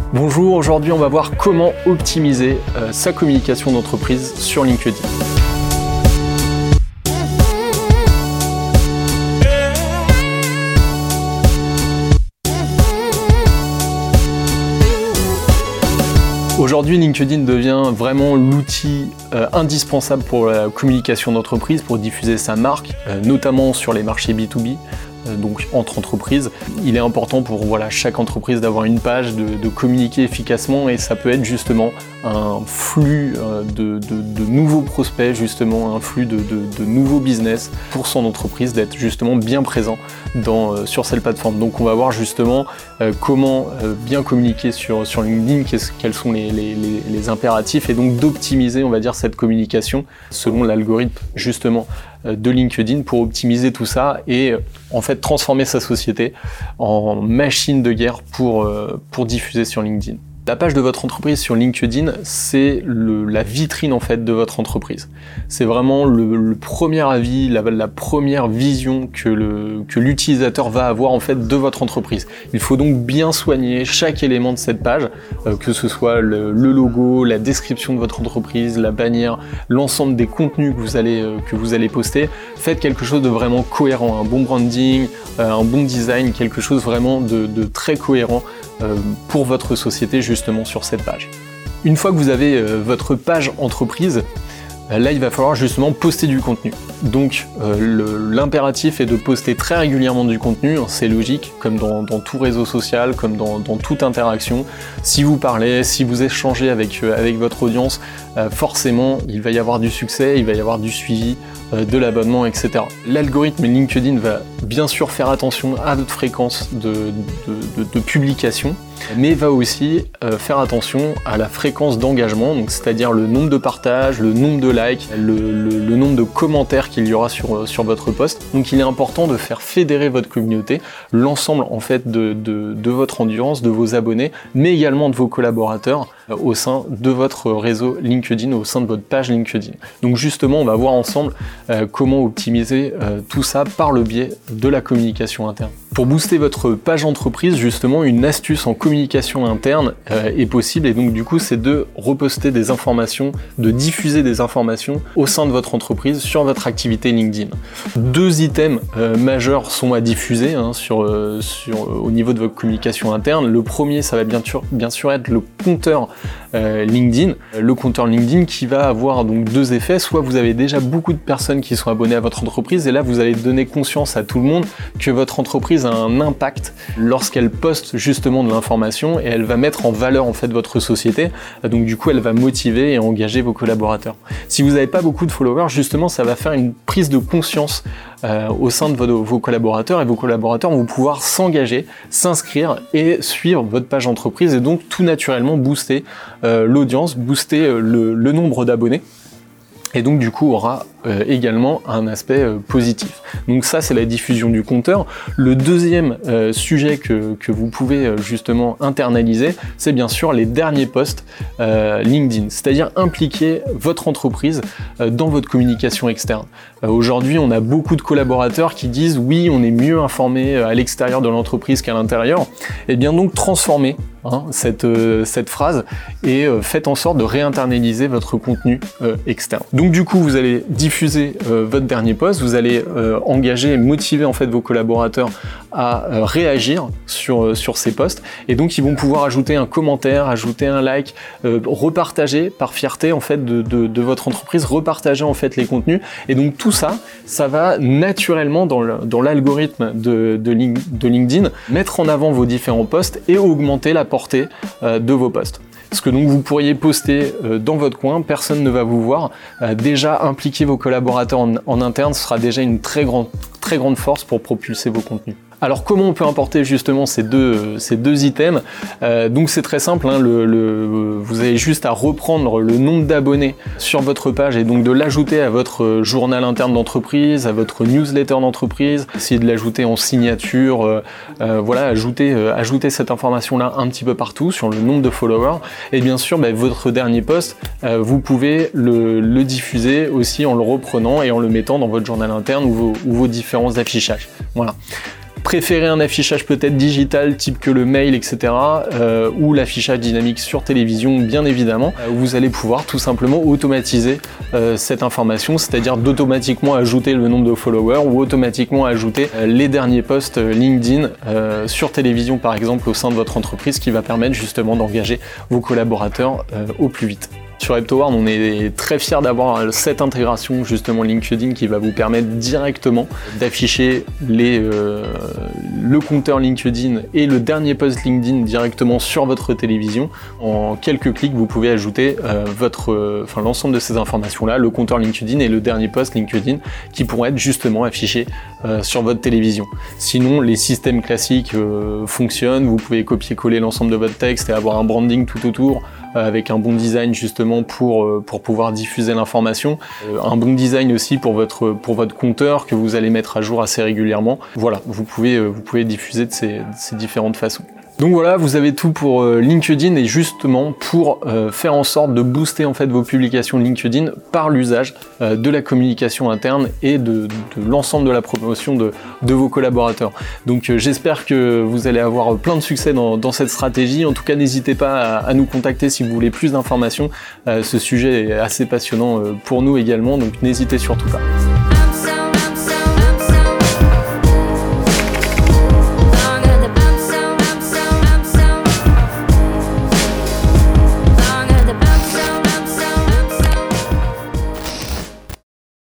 Bonjour, aujourd'hui on va voir comment optimiser sa communication d'entreprise sur LinkedIn. Aujourd'hui, LinkedIn devient vraiment l'outil indispensable pour la communication d'entreprise, pour diffuser sa marque, notamment sur les marchés B2B. Donc entre entreprises, il est important pour chaque entreprise d'avoir une page, de communiquer efficacement, et ça peut être justement un flux de nouveaux prospects, justement un flux de nouveaux business pour son entreprise, d'être justement bien présent sur cette plateforme. Donc on va voir justement comment bien communiquer sur LinkedIn, quels sont les impératifs, et donc d'optimiser, on va dire, cette communication selon l'algorithme justement de LinkedIn pour optimiser tout ça et en fait transformer sa société en machine de guerre pour diffuser sur LinkedIn. La page de votre entreprise sur LinkedIn, c'est la vitrine en fait de votre entreprise. C'est vraiment le premier avis, la première vision que l'utilisateur va avoir en fait de votre entreprise. Il faut donc bien soigner chaque élément de cette page, que ce soit le logo, la description de votre entreprise, la bannière, l'ensemble des contenus que vous allez poster. Faites quelque chose de vraiment cohérent, un bon branding, un bon design, quelque chose vraiment de très cohérent pour votre société justement sur cette page. Une fois que vous avez votre page entreprise, là il va falloir justement poster du contenu. Donc l'impératif est de poster très régulièrement du contenu, c'est logique, comme dans tout réseau social, comme dans toute interaction. Si vous parlez, si vous échangez avec votre audience, forcément il va y avoir du succès, il va y avoir du suivi, de l'abonnement, etc. L'algorithme LinkedIn va bien sûr faire attention à votre fréquence de publication, mais va aussi faire attention à la fréquence d'engagement, donc c'est-à-dire le nombre de partages, le nombre de likes, le nombre de commentaires qu'il y aura sur votre post. Donc il est important de faire fédérer votre communauté, l'ensemble en fait de votre audience, de vos abonnés, mais également de vos collaborateurs au sein de votre réseau LinkedIn, au sein de votre page LinkedIn. Donc justement, on va voir ensemble comment optimiser tout ça par le biais de la communication interne. Pour booster votre page entreprise, justement, une astuce en communication interne est possible, et donc du coup, c'est de reposter des informations, de diffuser des informations au sein de votre entreprise sur votre activité LinkedIn. Deux items majeurs sont à diffuser au niveau de votre communication interne. Le premier, ça va bien sûr être le compteur LinkedIn. Le compteur LinkedIn qui va avoir donc deux effets. Soit vous avez déjà beaucoup de personnes qui sont abonnées à votre entreprise, et là vous allez donner conscience à tout le monde que votre entreprise a un impact lorsqu'elle poste justement de l'information, et elle va mettre en valeur en fait votre société. Donc du coup elle va motiver et engager vos collaborateurs. Si vous n'avez pas beaucoup de followers, justement ça va faire une prise de conscience au sein de vos collaborateurs, et vos collaborateurs vont pouvoir s'engager, s'inscrire et suivre votre page entreprise, et donc tout naturellement booster l'audience, booster le nombre d'abonnés, et donc du coup aura également un aspect positif. Donc ça c'est la diffusion du compteur. Le deuxième sujet que vous pouvez justement internaliser, c'est bien sûr les derniers posts LinkedIn, c'est-à-dire impliquer votre entreprise dans votre communication externe. Aujourd'hui on a beaucoup de collaborateurs qui disent oui, on est mieux informé à l'extérieur de l'entreprise qu'à l'intérieur. Et bien donc transformez cette phrase et faites en sorte de réinternaliser votre contenu externe. Donc du coup vous allez diffuser votre dernier post, vous allez engager et motiver en fait vos collaborateurs à réagir sur ces posts, et donc ils vont pouvoir ajouter un commentaire, ajouter un like, repartager par fierté en fait de votre entreprise, repartager en fait les contenus, et donc tout ça va naturellement dans l'algorithme de LinkedIn mettre en avant vos différents posts et augmenter la portée de vos posts. Parce que donc vous pourriez poster dans votre coin, personne ne va vous voir. Déjà impliquer vos collaborateurs en interne, ce sera déjà une très grande force pour propulser vos contenus. Alors comment on peut importer justement ces deux items? Donc c'est très simple, vous avez juste à reprendre le nombre d'abonnés sur votre page et donc de l'ajouter à votre journal interne d'entreprise, à votre newsletter d'entreprise, essayer de l'ajouter en signature, ajouter cette information-là un petit peu partout sur le nombre de followers. Et bien sûr, votre dernier post, vous pouvez le diffuser aussi en le reprenant et en le mettant dans votre journal interne ou vos différents affichages. Voilà. préférez un affichage peut-être digital type que le mail, etc. Ou l'affichage dynamique sur télévision, bien évidemment, vous allez pouvoir tout simplement automatiser cette information, c'est-à-dire d'automatiquement ajouter le nombre de followers ou automatiquement ajouter les derniers posts LinkedIn sur télévision par exemple au sein de votre entreprise, qui va permettre justement d'engager vos collaborateurs au plus vite. Sur HelpToward, on est très fiers d'avoir cette intégration justement LinkedIn qui va vous permettre directement d'afficher le compteur LinkedIn et le dernier post LinkedIn directement sur votre télévision. En quelques clics, vous pouvez ajouter l'ensemble de ces informations-là, le compteur LinkedIn et le dernier post LinkedIn qui pourront être justement affichés sur votre télévision. Sinon, les systèmes classiques fonctionnent, vous pouvez copier-coller l'ensemble de votre texte et avoir un branding tout autour, avec un bon design justement pour pouvoir diffuser l'information, un bon design aussi pour votre compteur que vous allez mettre à jour assez régulièrement. Voilà, vous pouvez diffuser de ces différentes façons. Donc voilà, vous avez tout pour LinkedIn et justement pour faire en sorte de booster en fait vos publications LinkedIn par l'usage de la communication interne et de l'ensemble de la promotion de vos collaborateurs. Donc j'espère que vous allez avoir plein de succès dans cette stratégie. En tout cas, n'hésitez pas à nous contacter si vous voulez plus d'informations. Ce sujet est assez passionnant pour nous également, donc n'hésitez surtout pas.